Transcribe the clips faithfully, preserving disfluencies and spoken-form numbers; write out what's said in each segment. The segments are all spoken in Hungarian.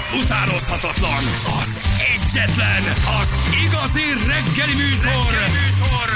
utánozhatatlan, az egyetlen, az igazi reggeli műsor, reggeli műsor.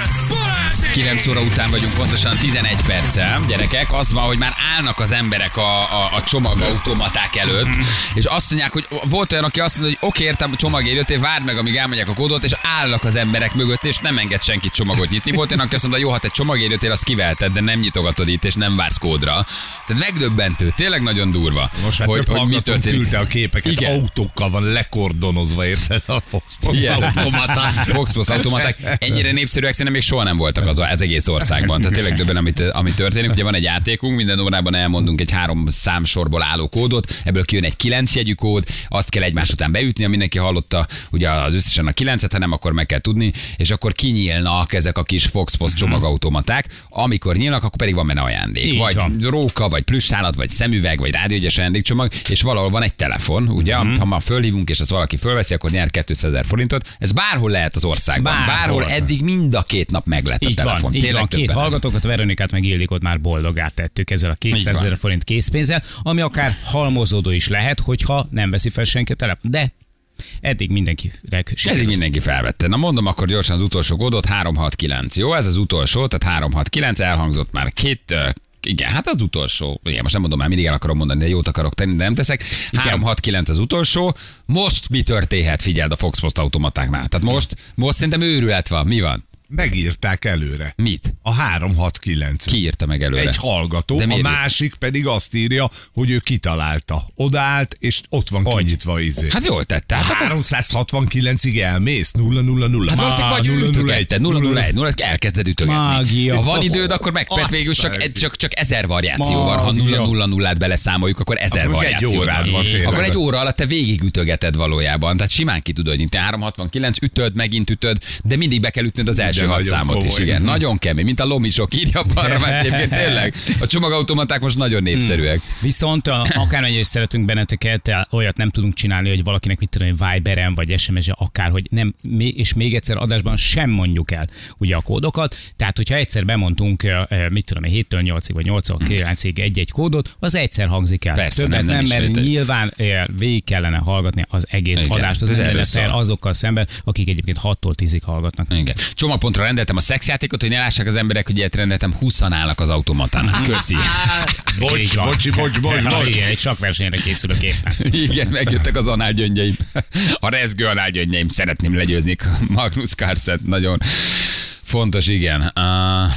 kilenc óra után vagyunk pontosan tizenegy perccel, gyerekek. Az van, hogy már állnak az emberek a, a, a csomagautomaták előtt, és azt mondják, hogy volt olyan, aki azt mondja, hogy oké, értem, a csomagért jöttél, várd meg, amíg elmondják a kódot, és állnak az emberek mögött, és nem enged senkit csomagot nyitni. Volt olyan, aki azt mondta, jó, hát egy csomagért jöttél, azt kiveheted, de nem nyitogatod itt, és nem vársz kódra. Tehát megdöbbentő, tényleg nagyon durva. Most már hogy, több hogy mi történik. küldte a képeket, igen. Autókkal van lekordonozva, érted? A Foxpost automaták. Foxpost automaták. Ennyire népszerűek szerintem még soha nem voltak az, az egész országban. Tehát tényleg döbben, amit, amit történik. Ugye van egy játékunk, minden órában elmondunk egy három számsorból álló kódot, ebből kijön egy kilenc jegyű kód, azt kell egymás után beütni, ha mindenki hallotta ugye az összesen a kilencet, ha nem, akkor meg kell tudni, és akkor kinyílnak ezek a kis Foxpost csomagautomaták. Amikor nyílnak, akkor pedig van benne ajándék. Így vagy van. róka, vagy plüssállat, vagy szemüveg, vagy rádiógyes ajándékcsomag, és valahol van egy telefon, ugye, mm-hmm. ha ma fölhívunk, és azt valaki fölveszi, akkor nyer kétszázezer forintot. Ez bárhol lehet az országban. Bárhol. Bárhol eddig mind a két nap meg lett a Így telefon. van, így Tényleg van. Két többen. hallgatókat, Veronikát meg Ildikót már boldogát tettük ezzel a kétszázezer forint készpénzzel, ami akár halmozódó is lehet, hogyha nem veszi fel senki a telefon. De eddig mindenki Eddig mindenki felvette. Na mondom akkor gyorsan az utolsó kódot, három hat kilenc. Jó, ez az utolsó, tehát három hat kilenc, elhangzott már két... Igen, hát az utolsó. Igen, most nem mondom, már mindig el akarom mondani, de jót akarok tenni, de nem teszek. három hat kilenc az utolsó. Most mi történhet, figyeld a Foxpost automatáknál. Tehát most, most szerintem őrület van. Mi van? Megírták előre. Mit? A három hat kilenc. Ki írta meg előre? Egy hallgató, a másik pedig azt írja, hogy ő kitalálta. Odaállt, és ott van Hogy? kinyitva az izé. Hát jól tette. Hát akkor... háromszázhatvankilencig elmész, nulla nulla nulla. Hát valószínűleg vagy ütögetted, nulla nulla egy, nulla elkezded ütögetni. Mágia. Ha van időd, akkor megpert végül csak, csak, csak ezer variáció van. Ha nulla nulla nullát beleszámoljuk, akkor ezer akkor variáció egy órád van. Tényleg. Akkor egy óra alatt te végig ütögeted valójában. Tehát simán ki tudod nyitni. három hatvankilenc, ütöd, megint ütöd, de mindig be kell ütnöd az első hat számot is. Igen, nagyon kemény, mint a lomisok, írja Barramás egyébként tényleg. A csomagautomaták most nagyon népszerűek. Viszont a, akármennyire is szeretünk benneteket, olyat nem tudunk csinálni, hogy valakinek mit tudom, Viberen vagy es em es-en akár, hogy nem, és még egyszer adásban sem mondjuk el ugye a kódokat. Tehát, hogyha egyszer bemondtunk, mit tudom, héttől nyolcig vagy nyolctól kilencig egy-egy kódot, az egyszer hangzik el. Persze, Többet nem, nem, nem, mert ismétel. nyilván végig kellene hallgatni az egész Igen, adást, az ez erről fel szól. azokkal szemben, akik egyébként hattól tízig hallgatnak. Igen. Csomagpontra rendeltem a szexjátékot, hogy ne lássák az emberek, hogy ilyet rendeltem, húszan állnak az automatánál. Köszi. Bocs, bocsi, bocs, bocs, Na, bocs. igen, egy sakversenyre készülök éppen. Igen, megjöttek az análgyöngyeim. A rezgő análgyöngyeim. Szeretném legyőzni Magnus Carlsen. Nagyon fontos, igen. Uh...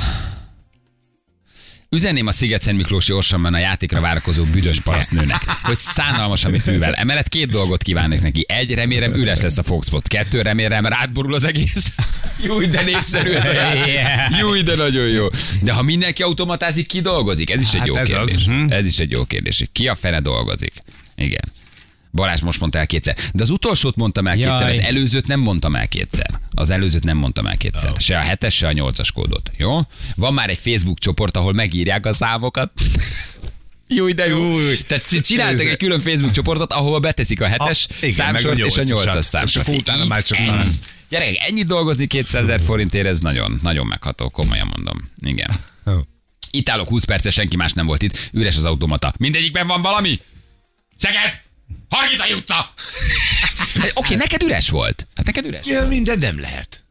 Üzenném a Sziget-Szent Miklósi Orsamban a játékra várakozó büdös parasznőnek, hogy szánalmas, amit művel. Emellett két dolgot kívánok neki. Egy, remélem üres lesz a Foxpost. Kettő, remélem rátborul az egész. Jó, de népszerű ez a játék. Jó, de nagyon jó. De ha mindenki automatázik, ki dolgozik? Ez is egy Hát jó ez kérdés. az. Ez is egy jó kérdés. Ki a fene dolgozik? Igen. Balázs most mondta el kétszer. De az utolsót mondtam el kétszer, Jaj. az előzőt nem mondtam el kétszer. Az előzőt nem mondtam el kétszer. Se a hetes, se a nyolcas kódot. Jó? Van már egy Facebook csoport, ahol megírják a számokat. Jó, de jó. Tehát csináltak egy külön Facebook csoportot, ahol beteszik a hetes A- igen, számsort meg a és a nyolcas nyolcasat. számsort. És akkor utána Így már csak ennyi. talán- Gyerekek, ennyit dolgozni kétszázezer forintért, ez nagyon, nagyon megható, komolyan mondom. Igen. Itt állok húsz percet, senki más nem volt itt, üres az automata. Mindegyikben van valami? Szeged! Hargitai utca! Oké, okay, neked üres volt. Hát neked üres. Ja, minden nem lehet.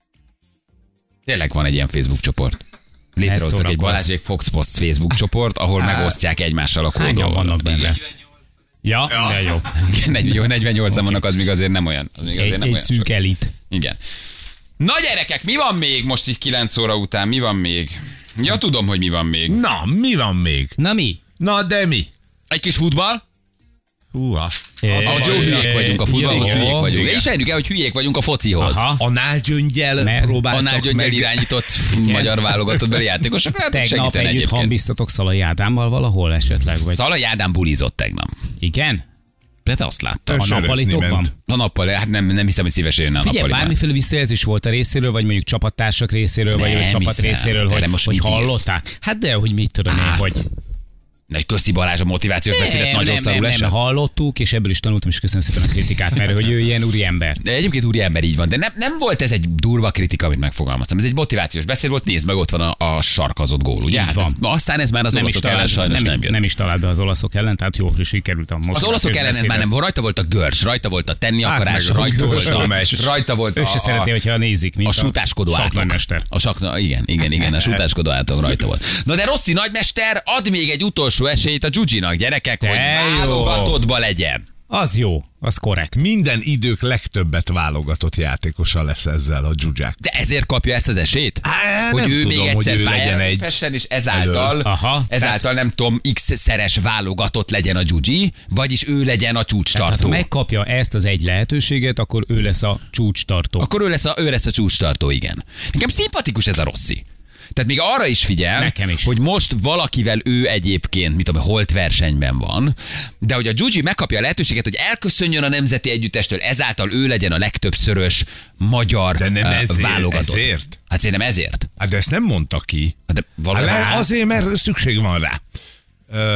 Tényleg van egy ilyen Facebook csoport. Létrehoztak egy szórakozz. Balázsék Foxpost Facebook csoport, ahol megosztják egymással a Hányan kódot. vannak benne? Ja, Ja. de jó. negyven, negyvennyolcan vannak, az még azért nem olyan. Az még azért Egy, nem egy olyan szűk sok. elit. Igen. Na gyerekek, mi van még most így kilenc óra után? Mi van még? Ja, tudom, hogy mi van még. Na, mi van még? Na mi? Na, de mi? Egy kis futball? Húha. Az jó hülyék vagyunk a futballhoz, Jó. hülyék vagyunk. Igen. És elérjük el, hogy hülyék vagyunk a focihoz. Aha. Análgyöngyel Mert- próbáltak Annál gyöngyel meg... irányított magyar válogatott beli játékosok. Hát Tegnap segíteni együtt egyébként. hambiztatok Szalai Ádámmal valahol esetleg? Vagy... Szalai Ádám bulizott tegnap. Igen? De te azt láttam. A Sörözni nappalitokban? ment. A nappal, hát nem, nem hiszem, hogy szívesen jönne a Figyelj, nappaliban. bármiféle visszajelzés volt a részéről, vagy mondjuk csapattársak részéről, vagy Nem a csapat hiszem. részéről, Erre hogy, most hogy mit írsz? hallották? Hát de, hogy mit tudom én, Á. hogy... Egy köszi Balázs a motivációs beszédet nagyon szarul nem, esett. nem, hallottuk, és ebből is tanultam, és köszönöm szépen a kritikát, mert hogy ő ilyen úri ember. De egyébként úri ember így van, de nem, nem volt ez egy durva kritika, amit megfogalmaztam. Ez egy motivációs beszéd volt, nézd meg, ott van a, a sarkazott gól, ugye? Hát van. ez, aztán ez már az Nem is, olaszok ellen talált, sajnos nem, nem jött. nem is talált be az olaszok ellen, tehát jó, hogy sikerült a Az motivációs olaszok ellen ez beszédet. már nem volt, rajta volt a görcs, rajta volt a tenni Hát akarás, meg a rajta volt a, görcs. rajta volt Ő a, se szereti, a, hogyha nézik, mint a sutáskodó átok. saknagymester. A sakna, igen, igen, igen, a sutáskodó átok rajta volt. Na de Rossi nagymester, add még egy utolsó esélyt a Gyugyinak, gyerekek, hogy De jó. válogatottba legyen. Az jó, az korrekt. Minden idők legtöbbet válogatott játékosa lesz ezzel a Zsuzsák. De ezért kapja ezt az esélyt? Á, hogy nem ő tudom, még hogy egyszer ő legyen pályára egy lépessen, és ezáltal, elől. Aha, ezáltal nem tudom, X-szeres válogatott legyen a Gyugyi, vagyis ő legyen a csúcs Tehát ha tartó. megkapja ezt az egy lehetőséget, akkor ő lesz a csúcstartó. Akkor ő lesz a, ő lesz a csúcs tartó, igen. Nekem szimpatikus ez a Rossi. Tehát még arra is figyel, Nekem is. hogy most valakivel ő egyébként, mit tudom, holt versenyben van, de hogy a Gyugyi megkapja a lehetőséget, hogy elköszönjön a nemzeti együttestől, ezáltal ő legyen a legtöbbszörös magyar De nem uh, ezért, válogatott. ezért? Hát szerintem ezért. Hát de ezt nem mondta ki. Hát de Hát valójában le- azért, mert szükség van rá. Ö,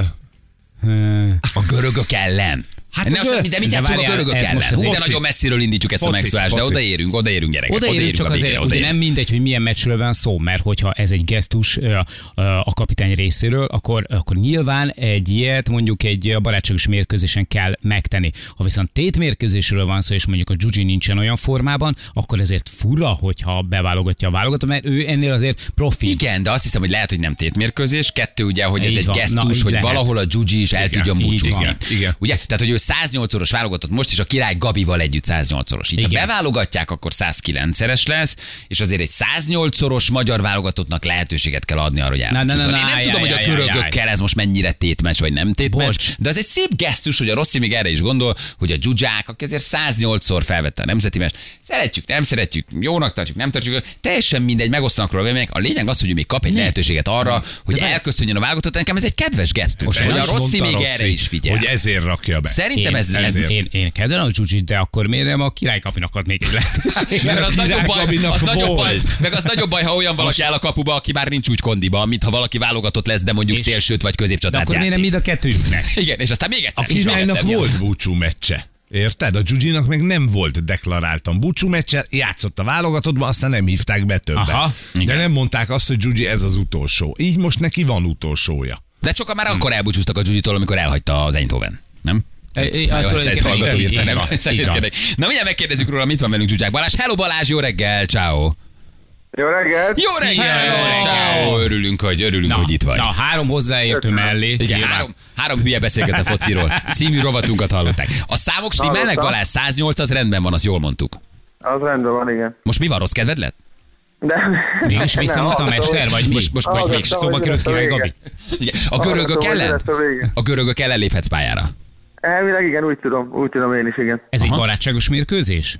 a görögök ellen. Hát Hát a ne, gör- de mit de játszunk a várjál, görögök ez ellen? most az De foci. nagyon messziről indítjuk ezt a Focit, megszólást, de focit. odaérünk, odaérünk gyerekek. Odaérünk, csak a azért, végére, ugye odaérünk. nem mindegy, hogy milyen meccsről van szó, mert hogyha ez egy gesztus ö, ö, a kapitány részéről, akkor, akkor nyilván egy ilyet mondjuk egy barátságos mérkőzésen kell megtenni. Ha viszont tétmérkőzésről van szó, és mondjuk a Gyugyi nincsen olyan formában, akkor ezért fura, hogyha beválogatja a válogatót, mert ő ennél azért profi. Igen, de azt hiszem, hogy lehet, hogy nem tétmérkőzés. Kettő ugye, hogy ez Így egy van. Na, gesztus, így hogy lehet. valahol a Gyugyi is el Igen, tudjon így búcsúzni. van. Igen. Ugye? Tehát, hogy ő száznyolc-szoros válogatott most, és a király Gabival együtt száznyolc-szoros. Így, ha Igen. beválogatják, akkor százkilencszeres lesz, és azért egy száznyolc-szoros magyar válogatottnak lehetőséget kell adni arra, hogy Na, na, elbúcsúzzon. na, Én nem állj, tudom, állj, hogy a állj, állj, görögökkel ez most mennyire tétmeccs, vagy nem tétmeccs, Bocs. de az egy szép gesztus, hogy a Rossi még erre is gondol, hogy a Zsuzsák, aki azért száznyolcszor felvette a nemzeti meccs, szeretjük, nem szeretjük, jónak tartjuk, nem tartjuk, teljesen mindegy, megosztanak róla vélemények. A lényeg az, hogy ő még kap egy lehetőséget arra, hogy elköszönjön a válogatott. Nekem ez egy kedves gesztus, el hogy a is Rossi mondta még erre is figyel. hogy ezért rakja be. Szerintem Én, ez, ez, ez, ezért. én, én kedvelem a Gyugyit, de akkor miért nem a király Gabinak ad még egy lehetőséget? Mert az Király nagyobb baj, Gabinak az nagyobb baj, volt. meg az nagyobb baj, ha olyan valaki áll a kapuba, aki már nincs úgy kondiban, mint ha valaki válogatott lesz, de mondjuk És- szélsőt vagy De középcsatát akkor miért nem játszik. mind a kettőjüknek? Igen, és aztán még egyszer. A királynak és még egyszer. volt búcsú meccse. Érted? A Gyugyinak meg nem volt deklaráltan búcsú meccse, játszott a válogatottban, aztán nem hívták be többet. Aha, De igen. nem mondták azt, hogy Gyugyi ez az utolsó. Így most neki van utolsója. De sokan már akkor elbúcsúztak a Gyugyitól, amikor elhagyta az Eindhoven. Nem? É, é, Na jó, attól ezt egy igen, hallgató igen, írta, így nem? van, Ezt így van. tényleg. Na mindjárt megkérdezzük róla, mit van velünk Zsuzsák Balázs. Hello Balázs, jó reggel, ciao. Jó reggelt! Jó reggel, Jó reggel. ciao. Örülünk, hogy, örülünk, Na, hogy itt vagy. na, három hozzáértő mellé. Igen, Nyilván. három, három hülye beszélget a fociról. Című rovatunkat hallották. A számok stimmelnek, Hallottam. Balázs? száznyolc az rendben van, azt jól mondtuk. Az rendben van, igen. Most mi van, rossz kedved lett? De... Mégis visszamondta a Nem, mester, vagy mi? Most- most- most hallottam, még szóba hogy került lesz a király vége. Gabi. Igen. A görögök Hallottam, hogy ellen? lesz a vége. A görögök ellen léphetsz pályára. Elvileg igen, úgy tudom, úgy tudom én is, igen. Ez egy Aha. barátságos mérkőzés?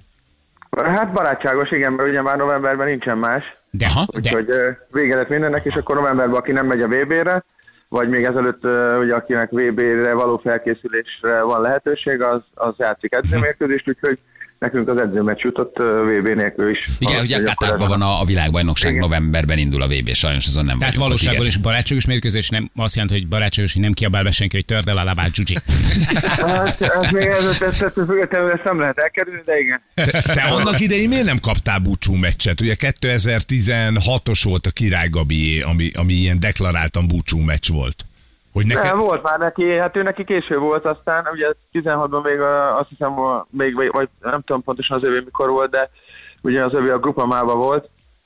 Hát barátságos, igen, mert ugye már novemberben nincsen más. De, Aha. de Úgyhogy ö, vége lett mindennek, és akkor novemberben, aki nem megy a vé bé-re, vagy még ezelőtt, ö, ugye akinek vé bé-re való felkészülésre van lehetőség, az, az játszik edzőmérkőzést, úgyhogy nekünk az edzőmeccs jutott ö, vé bé nélkül is. Igen, ugye Úgyhogy akkor Katárban ez van a, a világbajnokság, Igen. novemberben indul a vé bé, sajnos azon nem tehát vagyunk ott, valóságban igen. is barátságos mérkőzés, nem azt jelenti, hogy barátságos, hogy nem kiabál be senki, hogy törd el a lábát, Gyugyi. Hát, ez még ez, ez, ez, ez, függetlenül ezt nem lehet elkerülni, de igen. Te, te annak idején miért nem kaptál búcsú meccset? Ugye kétezer-tizenhatos volt a Király Gabié, ami, ami ilyen deklaráltan búcsú meccs volt. Hogy neked... Nem, volt már neki, hát ő neki késő volt, aztán ugye tizenhatban még a, azt hiszem, még, vagy nem tudom pontosan az övé mikor volt, de ugye az övé a Grupamában volt.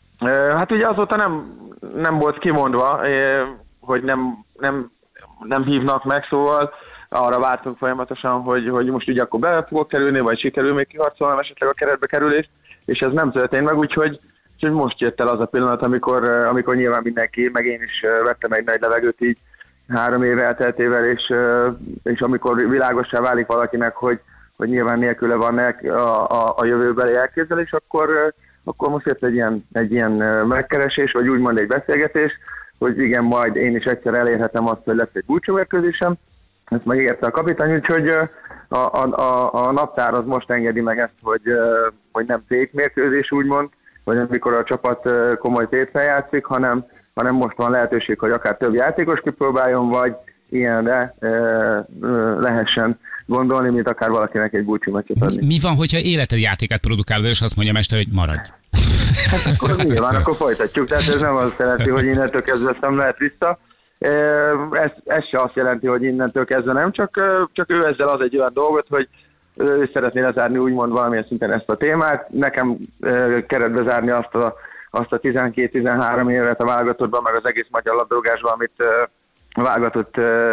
Hát ugye azóta nem, nem volt kimondva, hogy nem, nem, nem hívnak meg, szóval arra vártunk folyamatosan, hogy, hogy most ugye akkor be fogok kerülni, vagy sikerül még kiharcolnom esetleg a keretbe kerülést, és ez nem történt meg, úgyhogy, úgyhogy most jött el az a pillanat, amikor, amikor nyilván mindenki, meg én is vettem egy nagy levegőt így három év elteltével, és, és amikor világossá válik valakinek, hogy, hogy nyilván nélküle van a, a, a jövőbeli elképzelés, akkor, akkor most jött egy ilyen, egy ilyen megkeresés, vagy úgymond egy beszélgetés, hogy igen, majd én is egyszer elérhetem azt, hogy lesz egy búcsúmérkőzésem. Ezt megérte a kapitány, úgyhogy a, a, a, a naptár az most engedi meg ezt, hogy, hogy nem tétmérkőzés úgymond, vagy amikor a csapat komoly téttel játszik, hanem hanem most van lehetőség, hogy akár több játékos kipróbáljon, vagy ilyenre e, lehessen gondolni, mint akár valakinek egy búcsú meccset adni. Mi van, hogyha életed játékát produkálod, és azt mondja a mester, hogy maradj? Hát akkor nyilván, akkor folytatjuk. Tehát ez nem azt jelenti, hogy innentől kezdve ezt nem lehet vissza. Ez, ez se azt jelenti, hogy innentől kezdve nem, csak, csak ő ezzel az egy olyan dolgot, hogy ő szeretné lezárni úgymond valamilyen szinten ezt a témát. Nekem keretbe zárni azt a, azt a tizenkét-tizenhárom évet a válogatottban, meg az egész magyar labdarúgásban, amit válogatott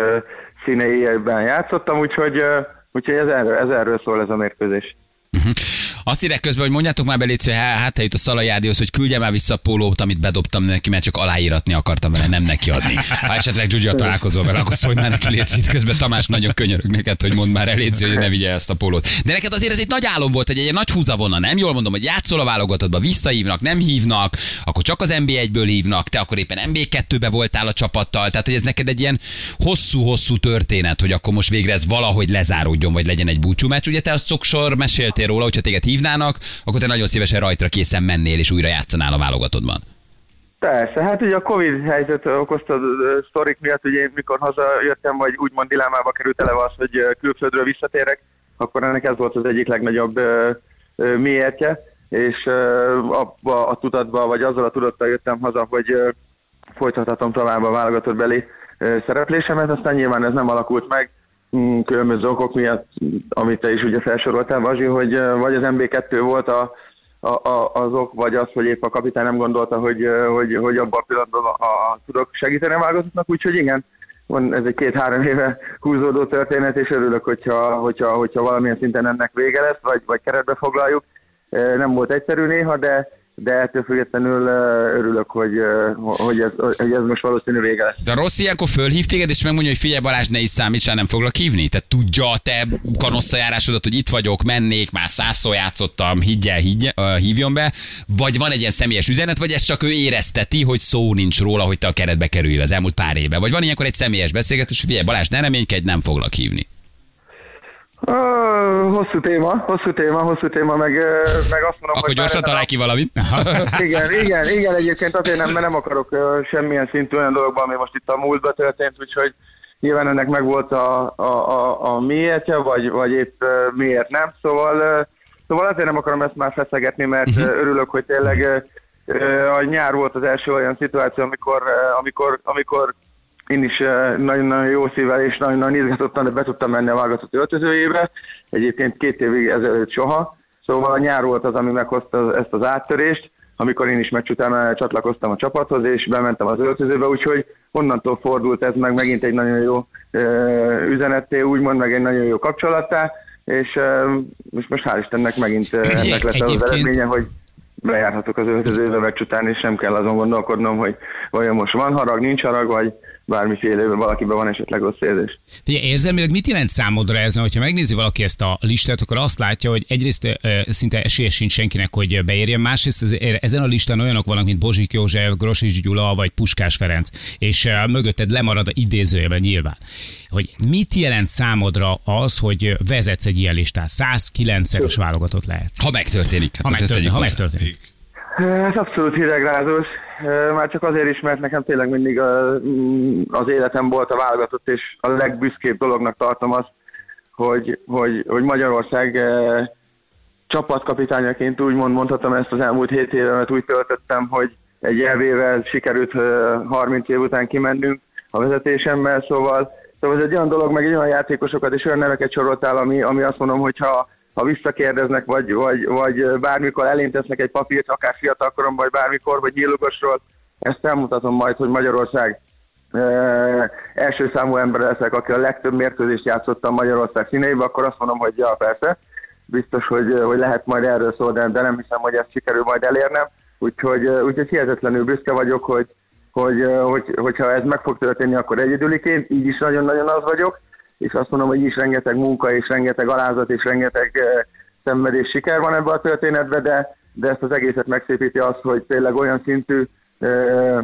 színeiben játszottam, úgyhogy, úgyhogy ez, erről, ez erről szól ez a mérkőzés. Uh-huh. Azt írják közben, hogy mondjátok már be, Léci, hogy hát eljut a Szalai Ádihoz, hogy küldje már vissza a pólót, amit bedobtam neki, mert csak aláíratni akartam vele, nem neki adni. Ha esetleg Zsuzsia találkozol vele, akkor szólj már neki, Léci. Közben Tamás nagyon könyörög neked, hogy mondd már el, Léci, hogy ne vigye ezt a pólót. De neked azért ez egy nagy álom volt, egy ilyen nagy húzavona, nem? Jól mondom, hogy játszol a válogatottba, visszahívnak, nem hívnak, akkor csak az en bé egyből hívnak, te akkor éppen en bé kettőbe voltál a csapattal. Tehát, hogy ez neked egy ilyen hosszú-hosszú történet, hogy akkor most végre ez valahogy lezáródjon, vagy legyen egy búcsú meccs. Ugye te azt sokszor meséltél róla, hogyha téged hívnának, akkor te nagyon szívesen rajtra készen mennél és újra játszanál a válogatottban. Persze, hát ugye a Covid helyzet okozta sztorik miatt, ugye én mikor hazajöttem, vagy úgymond dilemmába került eleve az, hogy külföldről visszatérek, akkor ennek ez volt az egyik legnagyobb miértje, és abba a tudatba, vagy azzal a tudattal jöttem haza, hogy folytathatom tovább a válogatottbeli szereplésemet, aztán nyilván ez nem alakult meg, különböző okok miatt, amit te is ugye felsoroltál, Bazsi, hogy vagy az en bé kettő volt a, a, a, az ok, vagy az, hogy épp a kapitány nem gondolta, hogy, hogy, hogy abban a pillanatban a, a, tudok segíteni a válogatottnak, úgyhogy igen, van, ez egy két-három éve húzódó történet, és örülök, hogyha, hogyha, hogyha valamilyen szinten ennek vége lesz, vagy, vagy keretbe foglaljuk. Nem volt egyszerű néha, de de ettől függetlenül örülök, hogy, hogy, ez, hogy ez most valószínű vége lesz. De a Rossi ilyenkor fölhív téged, és megmondja, hogy figyelj Balázs, ne is számíts rá, nem foglak hívni? Tehát tudja a te kanosszajárásodat, hogy itt vagyok, mennék, már százszor játszottam, higgyel, higgyel, hívjon be, vagy van egy ilyen személyes üzenet, vagy ez csak ő érezteti, hogy szó nincs róla, hogy te a keretbe kerülj az elmúlt pár évben, vagy van ilyenkor egy személyes beszélgetés, hogy figyelj Balázs, ne reménykedj, nem foglak hívni. Uh, hosszú téma, hosszú téma, hosszú téma, meg, meg azt mondom, akkor hogy gyorsan találj ki valamit. igen, igen, igen, egyébként azért nem, mert nem akarok uh, semmilyen szintű olyan dologban, ami most itt a múltban történt, úgyhogy nyilván ennek megvolt a, a, a, a miértje, vagy, vagy épp uh, miért nem, szóval, uh, szóval azért nem akarom ezt már feszegetni, mert uh, örülök, hogy tényleg uh, a nyár volt az első olyan szituáció, amikor, uh, amikor, amikor én is nagyon-nagyon jó szívvel és nagyon-nagyon izgatottan, de be tudtam menni a válogatott öltözőjébe. Egyébként két évig ezelőtt soha. Szóval a nyár volt az, ami meghozta ezt az áttörést, amikor én is meccs után csatlakoztam a csapathoz, és bementem az öltözőbe, úgyhogy onnantól fordult ez meg megint egy nagyon jó üzenetté, úgymond, meg egy nagyon jó kapcsolattá, és, és most hál' Istennek megint ennek lesz az eredménye, hogy bejárhatok az öltözőbe meccs után, és nem kell azon gondolkodnom, hogy vajon most van harag, nincs harag, vagy bármiféle valakiben van esetleg rossz érzés. Figyelj, érzelmileg mit jelent számodra ez? Hogyha megnézi valaki ezt a listát, akkor azt látja, hogy egyrészt e, szinte esélye sincs senkinek, hogy beérjen, másrészt ez, ezen a listán olyanok vannak, mint Bozsik József, Grosics Gyula vagy Puskás Ferenc, és e, mögötted lemarad a idézőjelben nyilván. Hogy mit jelent számodra az, hogy vezetsz egy ilyen listát? száz kilencszeres válogatott lehetsz. Ha megtörténik. Hát ha megtörténik. Ha megtörténik. Ez abszolút hidegrázós, már csak azért is, mert nekem tényleg mindig az életem volt a válogatott, és a legbüszkébb dolognak tartom azt, hogy, hogy, hogy Magyarország csapatkapitányaként úgymond mondhatom ezt az elmúlt hét évemet úgy töltöttem, hogy egy é bé-vel sikerült harminc év után kimennünk a vezetésemmel, szóval, szóval ez egy olyan dolog, meg egy olyan játékosokat és olyan neveket soroltál, ami, ami azt mondom, hogyha ha visszakérdeznek, vagy, vagy, vagy bármikor elém tesznek egy papírt, akár fiatalkorom, vagy bármikor, vagy nyílugosról, ezt elmutatom majd, hogy Magyarország e, első számú ember leszek, aki a legtöbb mérkőzést játszottam Magyarország színeibe, akkor azt mondom, hogy ja, persze, biztos, hogy, hogy lehet majd erről szól, de nem hiszem, hogy ezt sikerül majd elérnem, úgyhogy, úgyhogy hihetetlenül büszke vagyok, hogy, hogy, hogy, hogyha ez meg fog történni, akkor egyedüliként, így is nagyon-nagyon az vagyok, és azt mondom, hogy is rengeteg munka, és rengeteg alázat, és rengeteg uh, szenvedés, siker van ebben a történetben, de, de ezt az egészet megszépíti az, hogy tényleg olyan szintű uh,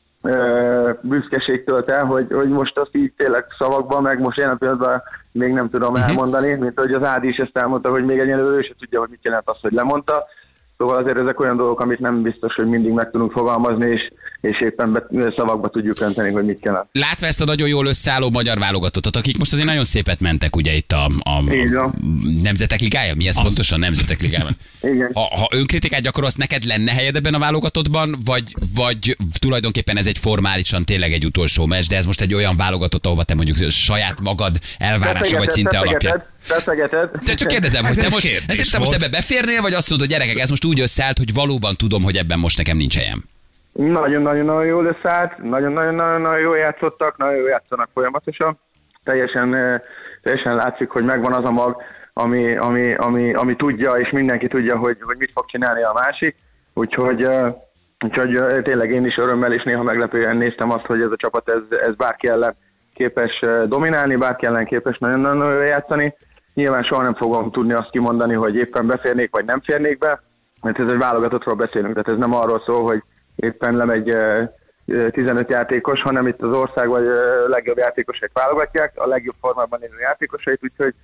uh, büszkeség tölt el, hogy, hogy most azt így tényleg szavakban, meg most jelen pillanatban még nem tudom elmondani, mint hogy az Ádi is ezt elmondta, hogy még egyelőre ő se tudja, hogy mit jelent az, hogy lemondta. Szóval azért ezek olyan dolgok, amit nem biztos, hogy mindig meg tudunk fogalmazni, és, és éppen be, szavakba tudjuk önteni, hogy mit kell. Látva ezt a nagyon jól összeálló magyar válogatottat, akik most azért nagyon szépet mentek ugye itt a, a, a Nemzetek Ligája? Mi ez az pontosan? Nemzetek Ligájában. Igen. Ha, ha önkritikát gyakorolsz, neked lenne helyed ebben a válogatottban, vagy, vagy tulajdonképpen ez egy formálisan tényleg egy utolsó meccs, de ez most egy olyan válogatott, ahova te mondjuk saját magad elvárása vagy szinte alapján. De csak kérdezem, hogy te most, ezért te most ebbe beférnél, vagy azt mondod, hogy gyerekek, ez most úgy összeállt, hogy valóban tudom, hogy ebben most nekem nincs helyem. Nagyon-nagyon jól összeállt, nagyon-nagyon jól játszottak, nagyon jól játszanak folyamatosan. Teljesen, teljesen látszik, hogy megvan az a mag, ami, ami, ami, ami tudja, és mindenki tudja, hogy, hogy mit fog csinálni a másik. Úgyhogy, úgyhogy tényleg én is örömmel és néha meglepően néztem azt, hogy ez a csapat ez, ez bárki ellen képes dominálni, bárki ellen képes nagyon-nagyon jól játszani. Nyilván soha nem fogom tudni azt kimondani, hogy éppen beférnék, vagy nem férnék be, mert ez egy válogatottról beszélünk, tehát ez nem arról szól, hogy éppen lemegy tizenöt játékos, hanem itt az ország vagy legjobb játékosok válogatják, a legjobb formában lévő játékosait, úgyhogy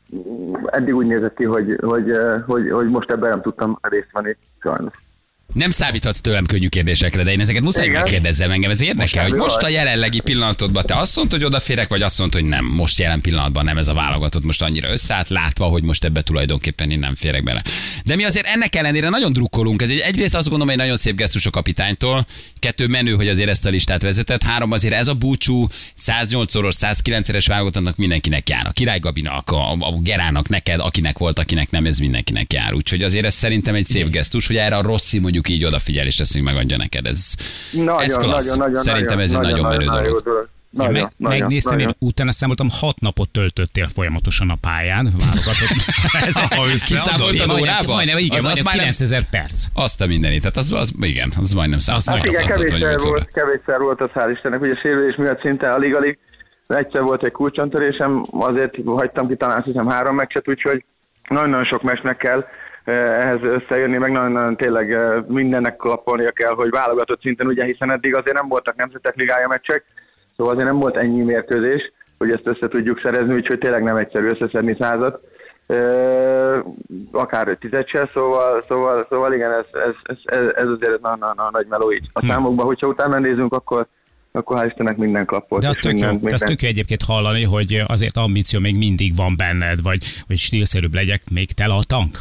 eddig úgy nézett ki, hogy, hogy, hogy, hogy most ebben nem tudtam részt venni, sajnos. Nem számíthatsz tőlem könnyű kérdésekre, de én ezeket muszáj megkérdezzem, engem. Ez érdekel, hogy most a jelenlegi pillanatodban te azt mondtad, hogy odaférek, vagy azt mondtad, hogy nem, most jelen pillanatban nem ez a válogatott, most annyira összeállt, látva, hogy most ebbe tulajdonképpen én nem férek bele. De mi azért ennek ellenére nagyon drukkolunk. Ez egy, egyrészt azt gondolom, egy nagyon szép gesztus a kapitánytól, kettő menő, hogy azért ezt a listát vezetett, három azért ez a búcsú, száznyolcszoros, százkilencszeres válogatottnak mindenkinek jár. A Király Gabinak, a, a Gerának, neked, akinek volt, akinek nem, ez mindenkinek jár. Úgyhogy azért ez szerintem egy szép gesztus, hogy erre a Rossi mondjuk így odafigyel, és ezt megadja neked. Ez, nagyon, ez klassz. Nagyon, nagyon, szerintem ez nagyon, egy nagyon, nagyon menő dolog. dolog. Nagyon, Meg, nagyon, megnéztem, nagyon. én utána számoltam, hat napot töltöttél folyamatosan a pályán, válogatott. Kiszámoltad órában? Majdnem, igen, az, majdnem az kilencezer perc. Azt a mindenit, tehát az, az, igen, az majdnem száz. Hát igen, kevésszer volt, kevésszer volt az, hál' Istennek, ugye sérülés miatt szinte alig-alig. Egyszer volt egy kulcsontörésem, azért hagytam ki talán azt hiszem három meccset, úgyhogy nagyon-nagyon sok meccsnek kell ehhez összejönni, meg nagyon-nagyon tényleg mindennek klappolnia kell, hogy válogatott szinten, ugye, hiszen eddig azért nem voltak Nemzetek Ligája meccsek, szóval azért nem volt ennyi mérkőzés, hogy ezt össze tudjuk szerezni, úgyhogy tényleg nem egyszerű összeszedni százat, akár tízet se, szóval, szóval, szóval igen, ez, ez, ez, ez azért nagyon nagy meló így. A számokban, hogyha utána nézünk, akkor akkor hál' Istennek minden klappolt. De az tök jó, minden... tök jó egyébként hallani, hogy azért ambíció még mindig van benned, vagy hogy stílszerűbb legyek, még tele a tank.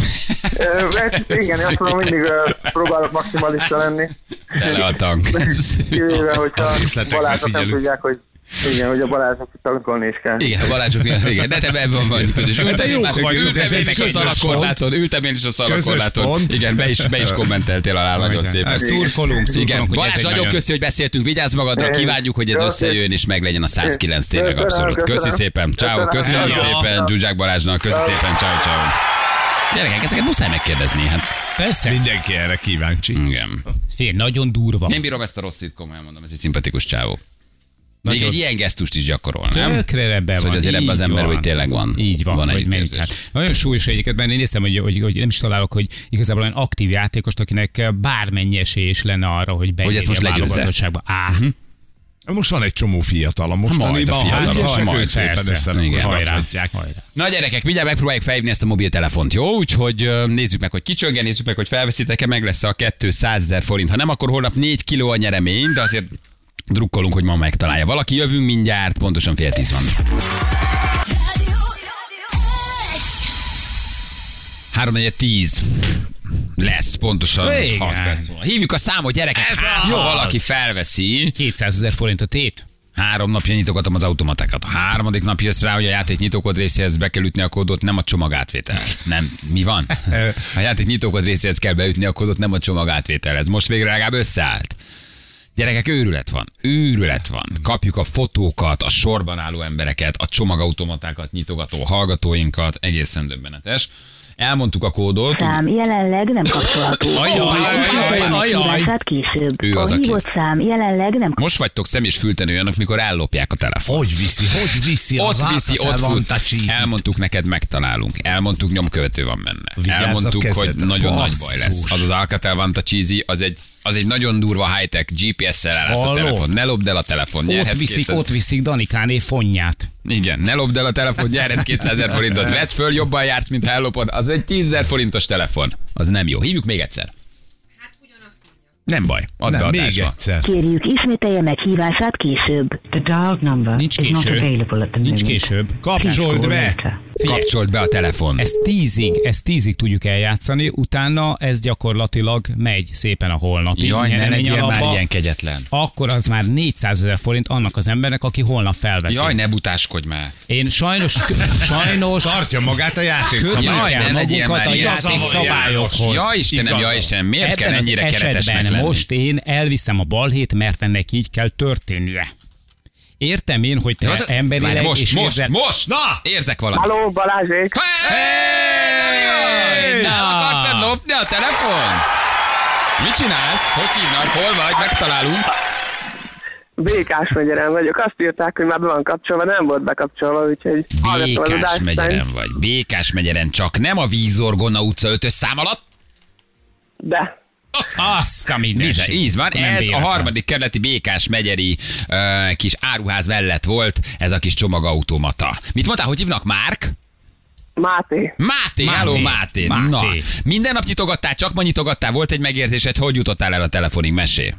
Igen, azt mondom, mindig uh, próbálok maximalista lenni. Tele a tank. Kivéve, hogyha Balázsok nem tudják, hogy igen, hogy a Balázsok tankolni is kell. Igen, a Balázsok, igen, de te ebben vagy közös. Ültem én is a szalakorláton, ültem én is a szalakorláton. Igen, be is, be is kommenteltél alá nagyon szépen. Szurkolunk, igen. Balázs, nagyon köszi, hogy beszéltünk, vigyázz magadra, kívánjuk, hogy ez összejöjjön és meglegyen a száz kilenc tényleg abszolút. Köszi szépen, ciao, köszönjük szépen Zsuzsák Balázsnak, köszi szépen, ciao, ciao. Gyerekek, ezeket muszáj megkérdezni, hát. Persze. Mindenki erre kíváncsi. Igen. Fél, nagyon durva. Nem bírom ezt a rosszit, komolyan mondom, ez egy szimpatikus csávó. Még egy ilyen gesztust is gyakorol, nem? Tökre ebben szóval van. azért ebben az ember, hogy tényleg van. Így van, van hogy mennyit hát. Nagyon súlyos egyiket, mert én néztem, hogy, hogy, hogy nem is találok, hogy igazából olyan aktív játékost, akinek bármennyi esély is lenne arra, hogy bejönni a válogatottságba. Á. Uh-huh. Most van egy csomó fiatal a mostaniban, hát, hát, majd szépen összerakhatják. Na gyerekek, mindjárt megpróbáljuk felhívni ezt a mobiltelefont, jó? Úgyhogy nézzük meg, hogy kicsöngen, nézzük meg, hogy felveszitek-e, meg lesz a kétszázezer forint. Ha nem, akkor holnap négy kiló a nyeremény, de azért drukkolunk, hogy ma megtalálja valaki. Jövünk mindjárt, pontosan fél tíz van. háromnegyed tíz lesz, pontosan hat perc múlva. Hívjuk a számot, gyerekek. Hát, jó, valaki felveszi. kétszázezer forint a tét. Három napja nyitogatom az automatákat. A harmadik nap jössz rá, hogy a játék nyitókod részéhez be kell ütni a kódot, nem a csomagátvételhez. Nem. Mi van? A játék nyitókod részéhez kell beütni a kódot, nem a csomagátvételhez. Most végre legalább összeállt. Gyerekek, őrület van. Őrület van. Kapjuk a fotókat, a sorban álló embereket, a csomagautomatákat nyitogató hallgatóinkat. Egészen döbbenetes. Elmondtuk a kódot. Szám jelenleg nem kapcsolható. Ajaj, később. Ő az, a aki. hívott szám jelenleg nem. Most vagytok szem és fültenő olyanok, mikor ellopják a telefon. Hogy viszi, hogy viszi az ott viszi, ott van fut. Elmondtuk neked, megtalálunk. Elmondtuk, nyomkövető van benne. Vigyázz Elmondtuk, hogy kezedre. nagyon Basszus. nagy baj lesz. Az az Alcatel van a cheesy, az egy, az egy nagyon durva high-tech gé pé es-szel ellát a telefon. Ne lopd el a telefon. Ott viszik, kétszer... ott viszik Danikáné fonját. Igen, ne lopd el a telefon, nyerhetsz kétszázezer forintot. Vedd föl, jobban jársz, mint ha ellopod. Az egy tízezer forintos telefon. Az nem jó. Hívjuk még egyszer. Hát ugyanazt mondja. Nem baj, add be Nem, még adásba. egyszer. Kérjük, ismételje meg hívását később. The dialed number Nincs is not késő. available at the Nincs moment. később. Kapcsold Call be! later. Figyelj, Kapcsold be a telefon. ezt tízig, ezt tízig tudjuk eljátszani, utána ez gyakorlatilag megy szépen a holnapi Jaj, ne nyeremény legyél már alapba. ilyen kegyetlen. Akkor az már négyszázezer forint annak az embernek, aki holnap felveszi. Jaj, ne butáskodj már. Én sajnos, sajnos Tartja magát a játék kötjük Jaj, el ne legyél magunkat már a ilyen játék szabad szabályokhoz. Ja Istenem, Igazad. ja Istenem, miért kell Ebben az ennyire keretesnek esetben lenni? most én elviszem a balhét, mert ennek így kell történnie. Értem én, hogy te De az- emberileg Várj, most, és most, érzel... most, Na! érzek valamit. Halló, Balázsék! Hey, na mi van? Nem Na. akartad lopni a telefon? Mit csinálsz? Hogy hívnak? Hol vagy? Megtalálunk. Békás megyeren vagyok. Azt írták, hogy már be van kapcsolva, nem volt bekapcsolva, úgyhogy hallgattam az Békás adást. megyeren vagy. Békás megyeren csak. Nem a Vízorgona utca ötös szám alatt. De. Azt a Íz, mindenség. íz van, Nem ez a véletlen. harmadik kerületi Békás megyeri uh, kis áruház mellett volt ez a kis csomagautomata. Mit mondtál, hogy hívnak? Márk? Máté. Máté, Máté. hello Máté. Máté. Na, minden nap nyitogattál, csak ma nyitogattál, volt egy megérzésed, hogy jutottál el a telefonig, mesél.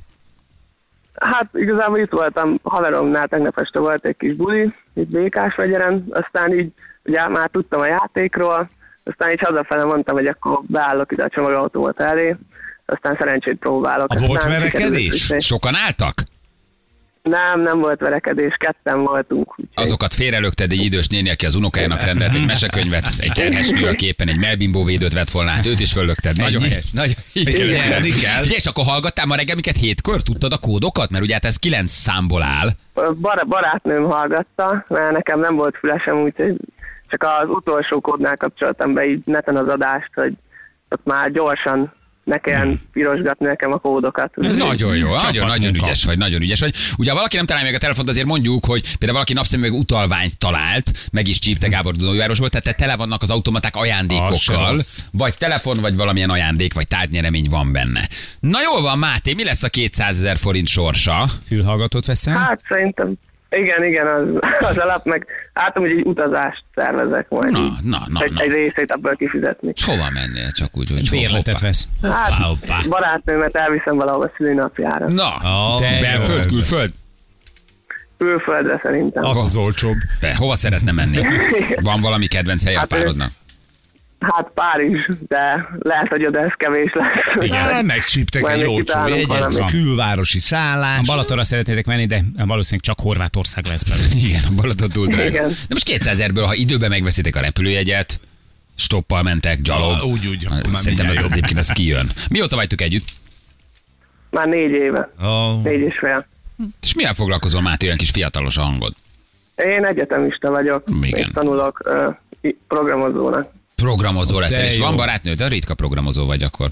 Hát igazából itt voltam haveromnál, tegnap este volt egy kis buli, itt Békás megyeren, aztán így ugye már tudtam a játékról, aztán így hazafele mondtam, hogy akkor beállok ide a csomagautómat elé, aztán szerencsét próbálok. A volt Aztán verekedés? sikerült- Sokan álltak? Nem, nem volt verekedés, ketten voltunk. úgyhogy- Azokat félrelökted egy idős néni, aki az unokájának rendelt egy mesekönyvet, egy terhes nő a képen, egy melbimbó védőt vett volna, hát őt is föllökted. Nagyon Ennyi? helyes. Nagyon Igen, nyerni kell. Figyelj, és akkor hallgattál ma reggel minket hétkor? Tudtad a kódokat? Mert ugye hát ez kilenc számból áll. Bar- barátnőm hallgatta, mert nekem nem volt fülesem, úgyhogy csak az utolsó kódnál kapcsoltam be így neten az adást, hogy ott már gyorsan ne kelljen pirosgatni nekem a kódokat. Ez nagyon jó, nagyon, nagyon Csapatmunka. ügyes vagy, nagyon ügyes vagy. Ugye, ha valaki nem találja meg a telefont, azért mondjuk, hogy például valaki napszemüveg utalványt talált, meg is csípte Gábor Dunaújvárosból, tehát tele vannak az automaták Az se ajándékokkal, rossz. vagy telefon, vagy valamilyen ajándék, vagy tárgynyeremény van benne. Na jól van, Máté, mi lesz a kétszázezer forint sorsa? Fülhallgatót veszem? Hát szerintem, igen, igen, az, az alap, meg látom, hogy egy utazást szervezek majd. Na, így. na, na, egy, na. egy részét abból kifizetni. És hova mennél? Csak úgy, hogy Bérletet hoppá. vesz. Hát Hoppá. barátnőmet elviszem valahova szülinapjára. Na, Ah, De belföld, jó. külföld? Külföldre szerintem. Az az olcsóbb. Be, hova szeretne menni? Van valami kedvenc helye a Hát, párodnak? Hát Párizs, de lehet, hogy oda ez kevés lesz. Igen, megcsíptek Majd egy még olcsó kitalálunk jegyet, valamit. külvárosi A szállás. Balatonra szeretnétek menni, de valószínűleg csak Horvátország lesz belőle. Igen, a Balaton túl drága. Igen. De most kétszázerből, ha időben megveszitek a repülőjegyet, stoppal mentek, gyalog. Ah, úgy, úgy, akkor már Szerintem mindjárt az jobb. egyébként az kijön. Mióta vagytok együtt? Már négy éve, Oh. négy és fél. És mivel foglalkozol, Máté, olyan kis fiatalos a hangod? Én egyetemista vagyok, Igen. és tanulok uh, programozónak. Programozó leszel, De és jó. van barátnőd, de ritka programozó vagy akkor.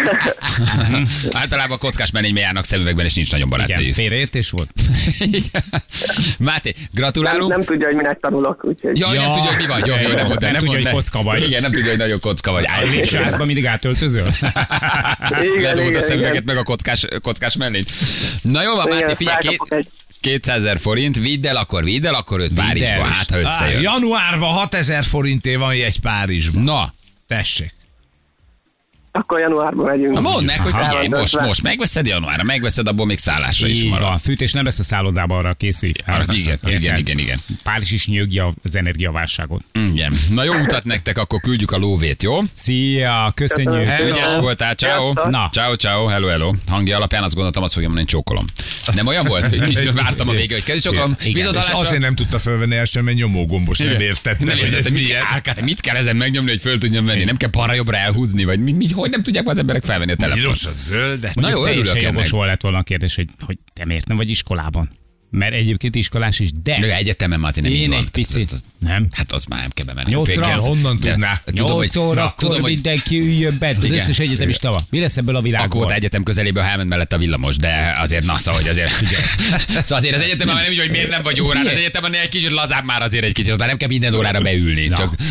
Általában kockás menényben járnak szemüvegben, és nincs nagyon Igen, barátnőjük. félreértés volt? Igen. Máté, Nem, gratulálunk. nem tudja, hogy minek tanulok, úgyhogy... Jaj, nem Ja, tudja, hogy mi vagy. Jó, jó, nem nem, mondd el, tudja, mondd hogy el. kocka vagy. Igen, nem tudja, hogy nagyon kocka vagy. A Állj, lépcsőházban mindig átöltözöl? Igen, ledobod a igen, szemüveget igen. meg a kockás, kockás mellényt. Na jó van, Igen, Máté, figyelj, két, felkapok egy- kétszázezer forint, vidd el, akkor vidd el, akkor őt Párizsba, el, hát ha Á, összejön. januárban hatezer forinté van jegy Párizsban. Na, Tessék. Akkor januárban megyünk. na mondd meg, hogy Aha. figyelj, most, Elmentve. most megveszed januárra, megveszed, abból még szállásra is Így marad. van, fűtés nem lesz a szállodában, arra készülj fel. Arra, igen, Érted? igen, igen, igen. Párizs is nyögje az energiaválságot. Igen. Na jó utat nektek, akkor küldjük a lóvét, jó? Szia, köszönjük. Köszönöm. Ügyes voltál, ciao. Sziasztok. Na. Ciao, ciao, hello, hello. Hangja alapján azt gondoltam, azt fogja mondani, hogy csókolom. Nem olyan volt, hogy is vártam a végig, hogy kezdj csókolom. Igen. És Viszontlátásra. azért nem tudta fölvenni el sem, mert nyomógombos, nem értette, Nem hogy ez értettem, mit, milyen. kell, mit kell ezen megnyomni, hogy föl tudjam venni? Nem kell balra-jobbra elhúzni, vagy mi, mi, hogy nem tudják az emberek felvenni a telefont? Pirosat, zöldet. Na jó, örülök Teljesen ennek. jogos volt lett volna a kérdés, hogy, hogy te miért nem vagy iskolában? Mert egyébként iskolás is, de De egyetemen már azért nem így én van. egy picit, Az- az- nem? Hát az már nem kell bemenni. Nyolcra? Fél- Honnan de- tudná? Tudom, hogy, nyolc órakor tudom, hogy mindenki üljön be, az Igen. összes egyetemista van. Mi lesz ebből a akkor világból? volt egyetem közelében, ha elment mellett a villamos, de azért na, szóval, hogy azért. Szóval azért az egyetemen már nem úgy, hogy miért nem vagy órán, az egyetemen egy kicsit lazább már azért egy kicsit, már nem kell minden órára beülni. Csak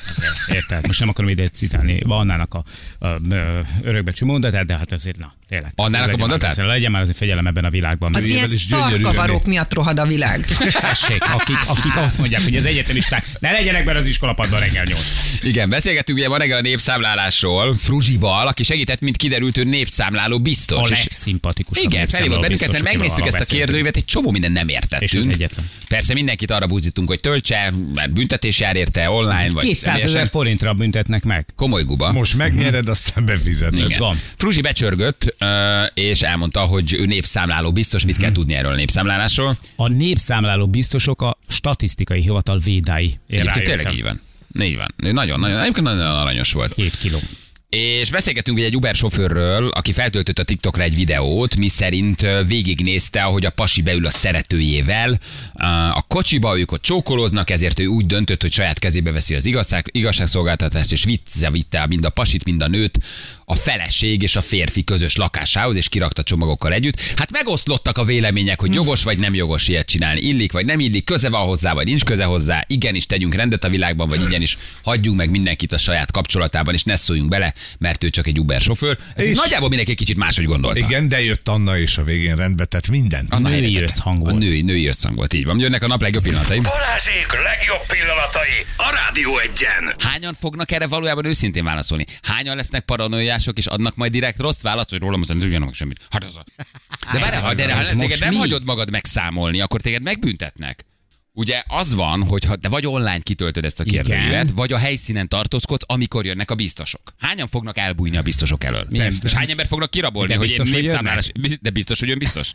Érted? Most nem akarom ide citálni Annának a, a, a örökbecsű mondatát, de hát azért, na, tényleg. Annának a mondatát? Legyen, legyen már azért fegyelem ebben a világban. Az ilyen szarkavarok miatt rohad a világ. Tessék, akik, akik azt mondják, hogy az egyetemisták ne legyenek benne az iskolapadban reggel nyolc. Igen, beszélgettünk ugye ma reggel a népszámlálásról, Fruzsival, aki segített, mint kiderült, ő népszámláló biztos. A És- legszimpatikusabb. Igen, felhívott bennünket, mert megnéztük ezt a kérdőívet, egy csomó minden nem És az értettünk. egyetlen. Persze mindenkit arra buzdítunk, hogy töltse, mert büntetés jár érte online, vagy kétszázezer személyesen. forintra büntetnek meg. Komoly guba. Most megnyered, aztán befizeted. Igen. van. Fruzsi becsörgött, ö, és elmondta, hogy ő népszámláló biztos, mit kell tudni erről a népszámlálásról. A népszámláló biztosok a statisztikai hivatal védái. Én Egyébként rájöttem. tényleg így van. Így van. Ő nagyon, nagyon, egyébként nagyon aranyos volt. Két kiló. És beszélgetünk ugye egy Uber sofőrről, aki feltöltött a TikTokra egy videót, mi szerint ö, végignézte, ahogy a pasi beül a szeretőjével. Ö, A kocsiba ők ott csókolóznak, ezért ő úgy döntött, hogy saját kezébe veszi az igazság, igazságszolgáltatást, és vicce vitte mind a pasit, mind a nőt a feleség és a férfi közös lakásához, és kirakta csomagokkal együtt. Hát megoszlottak a vélemények, hogy jogos vagy nem jogos ilyet csinálni, illik vagy nem illik, köze van hozzá, vagy nincs köze hozzá, igenis tegyünk rendet a világban, vagy igenis hagyjunk meg mindenkit a saját kapcsolatában, és ne szóljunk bele, mert ő csak egy Uber sofőr. Ez És- nagyjából mindenki egy kicsit máshogy gondolta. Igen, de jött Anna, és a végén rendbe tett mindent. Anna Női helyre tette. összhang A volt. női, női összhang volt, így van. Jönnek a nap legjobb pillanatai. Balázsék legjobb pillanatai a Rádió Egyen. Hányan fognak erre valójában őszintén válaszolni? Hányan lesznek paranoiások, és adnak majd direkt rossz választ, hogy rólam azt nem tudjanak semmit? Hát az a... De várjál, ha de, ez ha most téged nem mi? hagyod magad megszámolni, akkor téged megbüntetnek. Ugye az van, hogy ha te vagy online kitöltöd ezt a Igen. kérdőívet, vagy a helyszínen tartózkodsz, amikor jönnek a biztosok. Hányan fognak elbújni a biztosok elől? Persze. És hány ember fognak kirabolni, De hogy biztos, én hogy népszámlálás... De biztos, hogy ön biztos?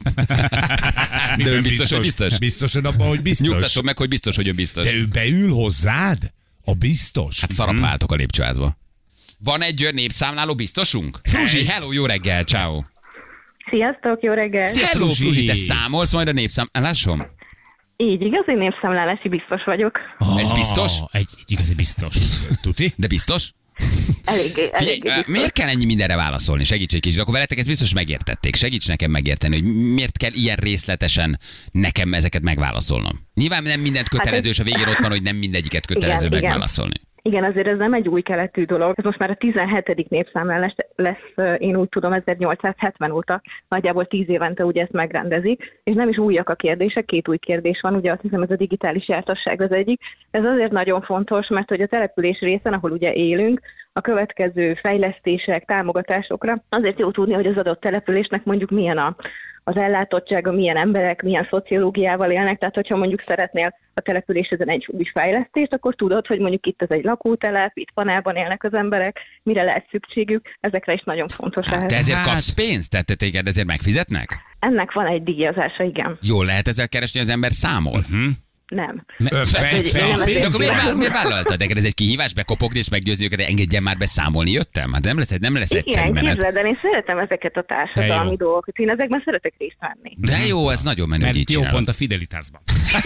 De Miben ön biztos, hogy biztos? Biztosod abban, hogy biztos. Nyugtasson meg, hogy biztos, hogy ön biztos. De ő beül hozzád? A biztos? Hát szarapáltok a lépcsőházba. Van egy népszámláló biztosunk? Fruzsi, hello, jó reggel, ciao. Sziasztok, jó reggel! Hello, Fruzsi. Fruzsi, te számolsz majd a népszámlálásom? Így igaz, én népszámlálási biztos vagyok. Ez biztos? Egy, egy igazi biztos. Tuti? De biztos? Eléggé, Figyelj, eléggé ö, biztos. miért kell ennyi mindenre válaszolni? Segíts egy kicsit, akkor veletek ezt biztos megértették. Segíts nekem megérteni, hogy miért kell ilyen részletesen nekem ezeket megválaszolnom. Nyilván nem mindent kötelező, és a végén ott van, hogy nem mindegyiket kötelező Igen, igen. megválaszolni. Igen, azért ez nem egy új keletű dolog. Ez most már a tizenhetedik népszámlálás lesz, én úgy tudom, ezernyolcszázhetven óta, nagyjából tíz évente ugye ezt megrendezi, és nem is újak a kérdések, két új kérdés van, ugye azt hiszem ez a digitális jártasság az egyik. Ez azért nagyon fontos, mert hogy a település részen, ahol ugye élünk, a következő fejlesztések, támogatásokra azért jó tudni, hogy az adott településnek mondjuk milyen a az ellátottsága, milyen emberek, milyen szociológiával élnek, tehát hogyha mondjuk szeretnél a településen egy új fejlesztést, akkor tudod, hogy mondjuk itt ez egy lakótelep, itt panelban élnek az emberek, mire lehet szükségük, ezekre is nagyon fontos lehet. Te ezért Hát- kapsz pénzt? Tehát te téged ezért megfizetnek? Ennek van egy díjazása, igen. Jól lehet ezzel keresni, hogy az ember számol? Nem. Ö, fej, hogy- fej, nem, De azért- akkor miért, Nem. vál- miért vállaltad? De ez egy kihívás, bekopogni és meggyőzni őket, de engedjen már be számolni, jöttem? Hát nem lesz, nem lesz egyszerű Igen, menet. képzeld el, én szeretem ezeket a De társadalmi jó. dolgokat, én ezekben szeretek részt venni. De jó, ez nagyon menő, hogy Mert így jó csinálod. pont a fidelitásban.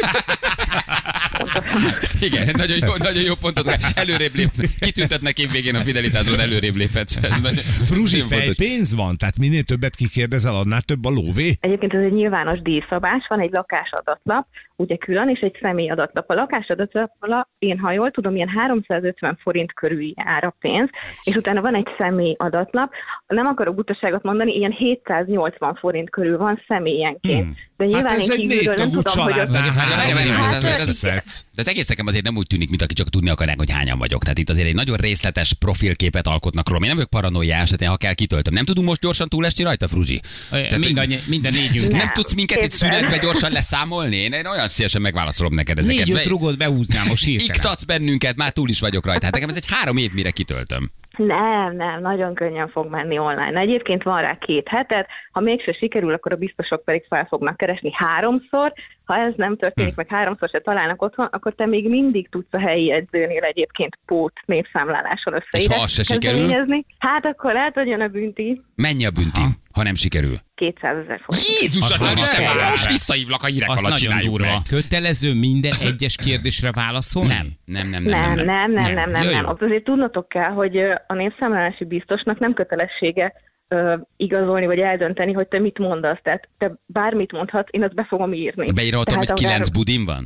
Igen, nagyon jó, nagyon jó pontot, hogy előrébb lép. Kitüntetnek év végén a fidelitázón, előrébb léphetsz. Ez nagyon- Fruzsi, nagyon fontos. fejpénz van? Tehát minél többet kikérdezel, annál több a lóvé? Egyébként ez egy nyilvános díjszabás, van egy lakásadatlap, ugye külön, és egy személyadatlap. A lakásadatlapra, én ha jól tudom, ilyen háromszázötven forint körül jár a pénz, és utána van egy személyadatlap, nem akarok butaságot mondani, ilyen hétszáznyolcvan forint körül van személyenként. Hmm. De nyilván Hát ez én egy kívülről nem négytagú tudom, hogy ott... családnál Várj, várj, várj, három várj, embert ez- ez- összeszedsz. De az egész nekem azért nem úgy tűnik, mint aki csak tudni akarják, hogy hányan vagyok. Tehát itt azért egy nagyon részletes profilképet alkotnak rólam. Én nem vagyok paranoiás, tehát én ha kell kitöltöm. Nem tudunk most gyorsan túlesni rajta, Fruzsi? Tehát, Mind, hogy- annyi, minden négyünk. nem Nem. tudsz minket itt Képzeld. szünetbe gyorsan leszámolni? Én én olyan szívesen megválaszolom neked ezeket. Négy-öt Be- rugót behúznám most hirtelen. Iktatsz bennünket, már túl is vagyok rajta. Hát nekem ez egy három év, mire kitöltöm. Nem, nem, nagyon könnyen fog menni online. Egyébként van rá két hetet, ha mégse sikerül, akkor a biztosok pedig fel fognak keresni háromszor. Ha ez nem történik, meg háromszor se találnak otthon, akkor te még mindig tudsz a helyi edzőnél egyébként pót népszámláláson összeírni. És ha az se sikerül? Hát akkor lehet, hogy jön a bünti. Mennyi a bünti, ha nem sikerül? kétszázezer forint. Jézus, Az- az- Isten, az- már most visszahívlak a hírek Az alatt, nagyon csináljuk durva. meg. Kötelező minden egyes kérdésre válaszolni? Nem, nem, nem, nem, Nem, nem. nem, nem, nem, nem, Jó, nem. jó. Ott azért tudnotok kell, hogy ö, a népszámlálási biztosnak nem kötelessége ö, igazolni vagy eldönteni, hogy te mit mondasz. Tehát te bármit mondhatsz, én azt be fogom írni. Beírhatom, hogy Tehát kilenc akár- budin van?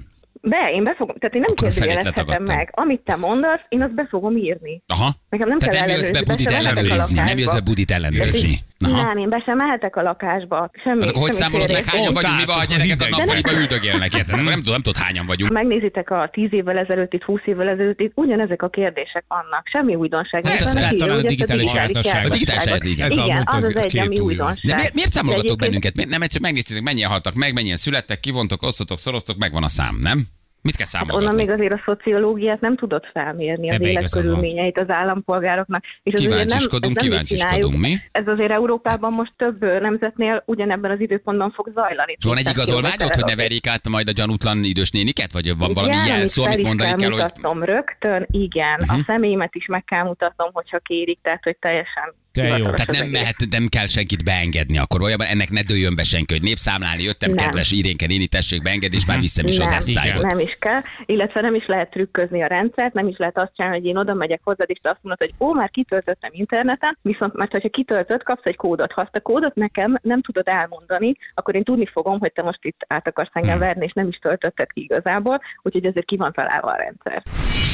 Be, én be fogom, tehát én nem Akkor felét kérdőjelezhetem letagadtam. meg. Amit te mondasz, én azt be fogom írni. Aha. Nekem nem Tehát kell nem jössz be ellenőrizni, Budit be sem mehetek a ellenőrizni. Nem jössz be lakásba. Budit ellenőrizni. Tehát, Nem, én be sem mehetek a lakásba. Semmi, Hát akkor hogy semmi számolod meg, félrét. hányan Ott vagyunk, mi van, a álltok a gyerekek a hidegben. nappaliba üldögélnek, érted? Nem tudom, nem tudod, hányan vagyunk. Megnézitek a tíz évvel ezelőtt, itt húsz évvel ezelőtt, itt ugyanezek a kérdések vannak. Semmi újdonság. Persze, Nincs benne, tehát írja, talán a ugye, ezt digitális digitális jártasság. A digitális jártasságot. igen. Ez Igen, mondta, az az két egy, ami új. újdonság. De miért, miért számolgatok Egyébként- bennünket? Miért nem egyszer megnéztétek, mennyien haltak meg, mennyien születtek, kivontok, osztotok, szoroztok, megvan a szám, nem? Mit kell Onnan számolgatni? még azért a szociológiát nem tudod felmérni, az Ebbe igazad van. életkörülményeit az állampolgároknak. És az azért nem, Kíváncsiskodunk, ezt nem mi kíváncsiskodunk, csináljuk. mi? Ez azért Európában most több ö, nemzetnél ugyanebben az időpontban fog zajlani. Van egy Tehát igazolványod, hogy ne kilométerre- verjék át majd a gyanútlan idős néniket? Vagy van valami Igen, jelszó, fel amit is mondani kell, hogy... mutatnom rögtön, igen. Mhm. A személyemet is meg kell mutatnom, hogyha kérik, tehát hogy teljesen Te jó. hivatalos Tehát az nem, egész. mehet, nem kell senkit beengedni akkor. Valójában ennek ne dőljön be senki, hogy népszámlálni jöttem, Nem. kedves Irénke néni, tessék beengedni, és már viszem is az Nem, eszcájgot. nem is kell, illetve nem is lehet trükközni a rendszert, nem is lehet azt csinálni, hogy én oda megyek hozzád, és te azt mondod, hogy ó, már kitöltöttem interneten, viszont mert hogyha kitöltött, kapsz egy kódot. Ha azt a kódot nekem nem tudod elmondani, akkor én tudni fogom, hogy te most itt át akarsz engem Hmm. verni, és nem is töltötted ki igazából, úgyhogy ezért ki van találva a rendszer.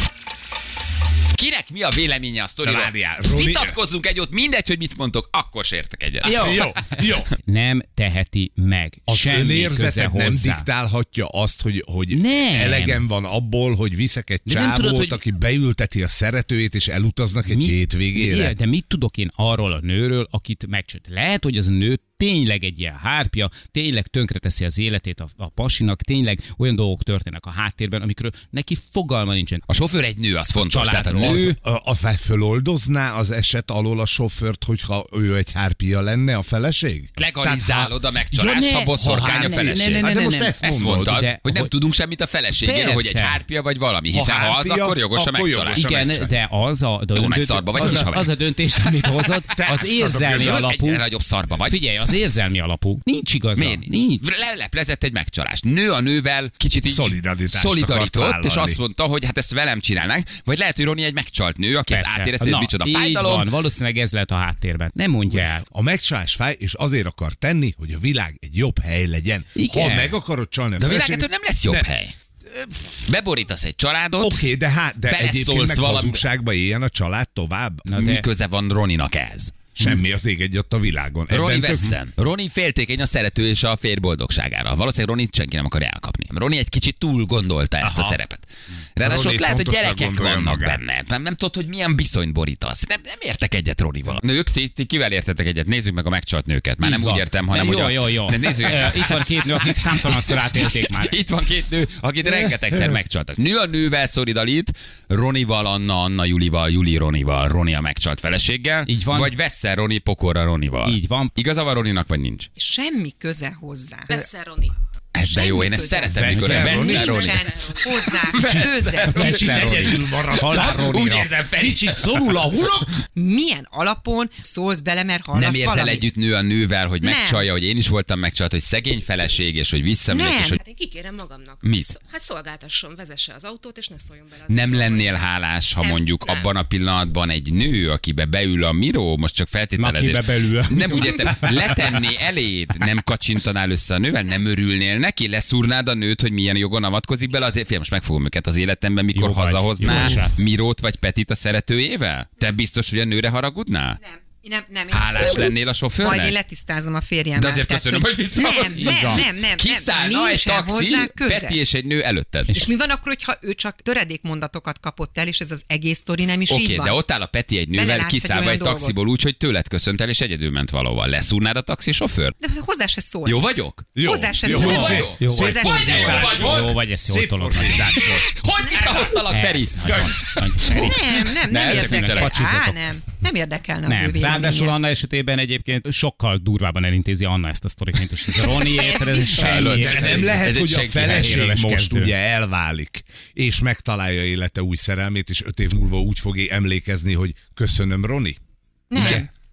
Kinek mi a véleménye a sztoriról? Várjál, Roni- Vitatkozzunk egy ott, mindegy, hogy mit mondtok, akkor sértek egyet. Jó. Jó, jó. Nem teheti meg. Az Semmi köze önérzeted nem hozzá. diktálhatja azt, hogy, hogy Nem. elegem van abból, hogy viszek egy De nem csávót, tudod, hogy- aki beülteti a szeretőjét, és elutaznak egy Mi- hétvégére. Igen, de mit tudok én arról a nőről, akit megcsölt? Lehet, hogy az a nő tényleg egy ilyen hárpja, tényleg tönkreteszi az életét a, a pasinak, tényleg olyan dolgok történnek a háttérben, amikről neki fogalma nincsen. A sofőr egy nő, az fontos. Tehát a Családról. nő, A, a, a föloldozná az eset alól a sofőrt, hogyha ő egy hárpia lenne a feleség? legalizálod a megcsalást, Ja, ne, ha boszorkány ha- a ne, feleség. ne, ne, Hát de ne, most ne, ezt Ezt mondod, mondtad, de hogy nem hogy- tudunk semmit a feleségéről, hogy egy Persze. hárpia vagy valami, hiszen Ha ha az, hárpia, akkor jogos a akkor megcsalás. jogos a Igen, megcsalás. de az a, de Jó nagy dönt- szarba vagy, az, az is a, haver. az a döntés, amit hozott, az azt érzelmi adom, alapú. Egyre nagyobb szarba vagy. Figyelj, az érzelmi alapú. Nincs igaza. Miért Nincs. nincs? Leleplezett egy megcsalást. Nő a nővel kicsit így Szolidaritást szolidarított, akart és vállalni. azt mondta, hogy hát ezt velem csinálnák. Vagy lehet, hogy Roni egy megcsalt nő, aki ezt Persze. átérezte, hogy ez Na, micsoda így fájdalom. van, valószínűleg ez lehet a háttérben. Nem mondja el. A megcsalás fáj, és azért akar tenni, hogy a világ egy jobb hely legyen. Igen. Ha meg akarod csalni a De a világ feleséged- ettől nem lesz jobb Ne. hely. Beborítasz egy családot, Oké, okay, de hát, de beleszólsz egyébként meg valami- hazugságba éljen a család tovább. Na de- mi köze van Roninak ez? Semmi az ég egyet a világon. Roni Ebben tök- vesszen. Roni féltékeny a szerető és a férj boldogságára. Valószínűleg Ronit senki nem akar elkapni. Roni egy kicsit túl gondolta ezt Aha. a szerepet. Ráadásul Roni ott lehet, hogy fontosnak gyerekek gondolja vannak magát. benne. Nem, nem tudod, hogy milyen viszonyt borítasz. Nem, nem értek egyet Ronival. Nők, ti, ti kivel értetek egyet? Nézzük meg a megcsalt nőket. Már Így nem van. úgy értem, hanem jó, hogy a... jó, jó. De nézzük. Ö, Itt van két nő, akik számtalanszor átélték már. Itt van két nő, akit rengetegszer megcsaltak. Nő a nővel szolidalít, Ronival, Anna, Anna, Julival, Juli, Ronival, Roni a megcsalt feleséggel. Így van. Vagy vesszel Roni pokorra Ronival. Így van. Igaza van Roninak, vagy nincs? Semmi köze hozzá. Veszel, Roni. Ez de jó, én ezt köze. szeretem, mikor Vesszel, Roni? vesszel Roni. Nincsen hozzá köze. Kicsit egyedül maradtál. Úgy érzem, Feri. Kicsit szorul a hurok. Milyen alapon szólsz bele, mert hallasz Nem érzel valamit? együtt nő a nővel, hogy Nem. megcsalja, hogy én is voltam megcsalt, hogy szegény feleség, és hogy visszamegyek, Nem. és hogy Hát én kikérem magamnak. Mit? Sz- Hát szolgáltasson, vezesse az autót, és ne szóljon bele az nem autóba. lennél hálás, ha Nem, mondjuk nem. abban a pillanatban egy nő, akibe beül a Miró, most csak feltételezés. Akibe beül a Nem úgy értem, letenné eléd, nem kacsintanál össze a nővel, nem örülnél neki, leszúrnád a nőt, hogy milyen jogon avatkozik bele, azért fél, most megfogom őket az életemben, mikor Jó vagy, hazahozná jó vagy, srác. Mirót vagy Petit a szeretőjével? Te biztos, hogy a nőre haragudnál? Nem. Nem, nem, én Hálás azt- lennél a sofőrnek? Majd én letisztázom a férjemmel. De azért Tehát, köszönöm, hogy visszahoztad. Nem, nem, nem, nem. Kiszállna nem, egy taxi, hozzá köze. Peti és egy nő előtted. És mi van akkor, hogyha ő csak töredékmondatokat kapott el, és ez az egész sztori nem is Oké, így okay, van? de ott áll a Peti egy nővel, Belelátsz egy kiszállva olyan egy taxiból úgy, hogy tőled köszönt el, és egyedül ment valahol. Leszúrnád a taxisofőr? De hozzá se szól. Jó vagyok? Jó, Hozzá se jó, szól. Jó szép- vagyok? Jó szép vagy. Hozzá se fordítás szól. volt. Jó vagy, ezt jól Szép tolod. fordítás volt. Hogy visszahoztalak, Feri? Ez, nagyon, nagyon Feri. Nem, nem, Ne, nem ezek érdekel. viccelek. Á, nem. Nem érdekelne az ő Nem, véleménye. ráadásul Anna esetében egyébként sokkal durvábban elintézi Anna ezt a sztorit, mint most ez a Roni érted, ez semmi De De értelme. nem lehet, Ez egy hogy a senki feleség helyéről most kezdő. ugye elválik, és megtalálja élete új szerelmét, és öt év múlva úgy fog emlékezni, hogy köszönöm, Roni. Nem. Igen.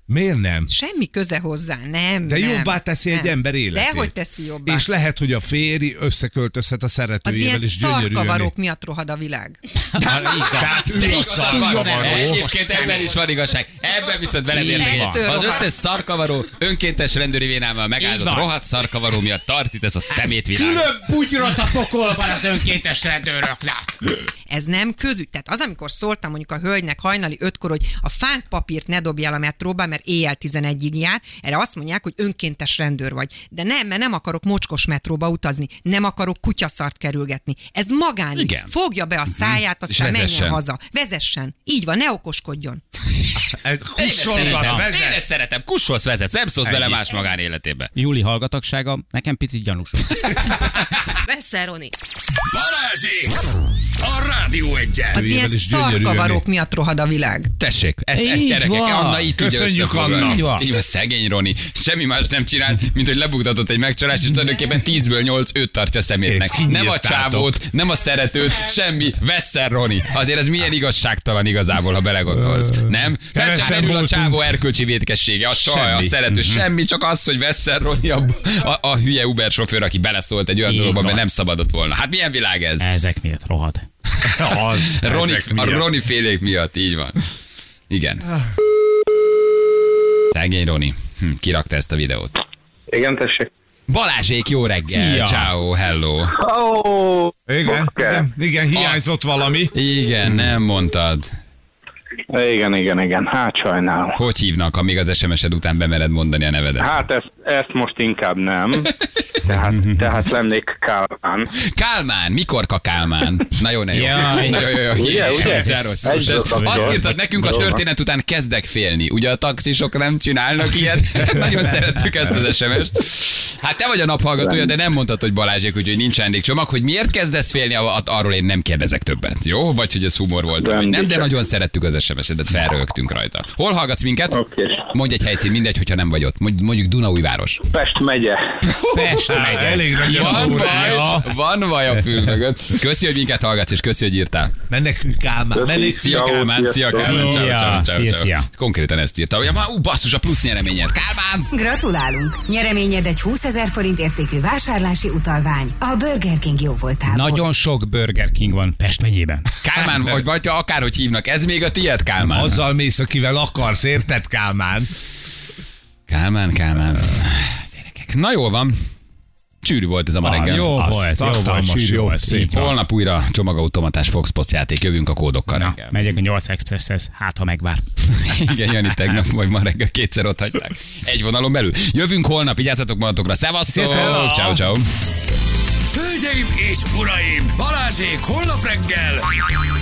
Miért nem? Semmi köze hozzá, nem. De nem, jobbá teszi nem. egy ember életét. Dehogy teszi jobbá. És lehet, hogy a férj összeköltözhet a Az szeretőjével, ilyen és gyönyörűen. szarkavarok miatt rohad a világ. Tehát ő a Igazad van. szarkavaró. Egyébként ebben is van igazság. Ebben viszont veled értek. Ettől Az rohadt. összes szarkavaró önkéntes rendőri vénával megáldott Így van. rohadt szarkavaró miatt tart itt ez a szemétvilág. Külön bugyrat a pokolban az önkéntes rendőröknek. Ez nem közügy. Tehát az, amikor szóltam mondjuk a hölgynek hajnali ötkor, hogy a fánkpapírt ne dobjál a metróba, mert éjjel tizenegyig jár, erre azt mondják, hogy önkéntes rendőr vagy. De nem, mert nem akarok mocskos metróba utazni, nem akarok kutyaszart kerülgetni. Ez magánügy. Igen. Fogja be a száját, aztán menjen vezessen. haza. Vezessen. Így van, ne okoskodjon. Ez Én ezt kussolgat, szeretem. vezet. Én ezt szeretem. Kussolsz, vezetsz, nem szólsz bele más magánéletébe. Júli hallgatagsága nekem picit gyanús. Vesszel, Roni. Balázsék! A Rádió Egyen! Az ilyen is gyönyörűen szarkavarok miatt rohad a világ. Tessék, ez, ez Így gyerekek, van. Anna így tudja Köszönjük, összefoglalni. Anna. Így van. Így van, szegény Roni. Semmi más nem csinál, mint hogy lebuktatott egy megcsalás, és tulajdonképpen tízből nyolc őt tartja szemétnek. Ezt Nem a kinyírtátok. csávót, nem a szeretőt, semmi. Vesszel, Roni. Azért ez milyen igazságtalan igazából, ha belegondolsz. Nem? Fel sem Kevesen merül a voltunk. csávó erkölcsi vétkessége, a csaj, a Semmi. szerető, semmi, csak az, hogy Vesszel, Roni a, a, a hülye Uber sofőr, aki beleszólt egy olyan Így dologba, van. mert nem szabadott volna. Hát milyen világ ez? Ezek miatt rohad. Az, Roni, ezek a miatt. Roni félék miatt, így van. Igen. Szegény Roni. Hm, kirakta ezt a videót. Igen, tessék. Balázsék, jó reggel. Szia. Ciao, hello. Ó, Igen, igen, igen, hiányzott valami. Igen, nem mondtad. igen, igen, igen. Hát sajnálom. Hogy hívnak, amíg az es em es-ed után bemered mondani a nevedet? Hát ezt, ezt most inkább nem. Tehát, tehát lennék Kálmán. Kálmán, mikorka Kálmán? Na jó, ne jó. Jaj. Na jó, jó, jó. Ugye, ugye? Ez járos. Egy De dolog, azt dolog. írtad nekünk a Dolog. történet után kezdek félni. Ugye a taxisok nem csinálnak ilyet. Nagyon szerettük ezt az es em es-t. Hát te vagy a naphallgatója, de nem mondtad, hogy Balázsék, úgyhogy nincs ajándékcsomag. Hogy miért kezdesz félni, a- arról én nem kérdezek többet. Jó? Vagy hogy ez humor volt? Vagy nem, de nagyon szerettük az es em es-edet, felrögtünk rajta. Hol hallgatsz minket? Oké. Mondj egy helyszín, mindegy, hogyha nem vagy ott. Mondj- Mondjuk Dunaújváros. Pest megye. Pest megye. Elég nagy a Van fúr. vaj, Ja. van vaj a fül mögött. Köszi, hogy minket hallgatsz, és köszi, hogy írtál. Menekülj, Kálmán, menekülj. Szia Kálmán, szia Kálmán, Szia, ciao, ciao, ciao, szia, ciao. szia. Konkrétan ezt írta. Ugye, ú, basszus, a plusz nyereményed. Kálmán! Gratulálunk! Nyereményed egy húszezer forint értékű vásárlási utalvány a Burger King jóvoltából. Nagyon sok Burger King van Pest megyében. Kálmán, vagy, vagy akárhogy hívnak, ez még a tiéd, Kálmán? Azzal mész, akivel akarsz, érted, Kálmán? Kálmán, Kálmán. Gyerekek. Na jól van. Csűrű volt ez a ma reggel. Jó Az volt, jó volt, tartalmas, sűrű jó, volt. szép. Így van. Holnap újra csomagautomatás Fox Post játék, jövünk a kódokkal Na, reggel. megyek a nyolc Expresshez, hát ha megvár. Igen, Jani tegnap vagy ma reggel kétszer ott hagyták. Egy vonalon belül. Jövünk holnap, vigyázzatok magatokra. Szevasztok! Sziasztok! Ciao, ciao. Hölgyeim és uraim, Balázsék holnap reggel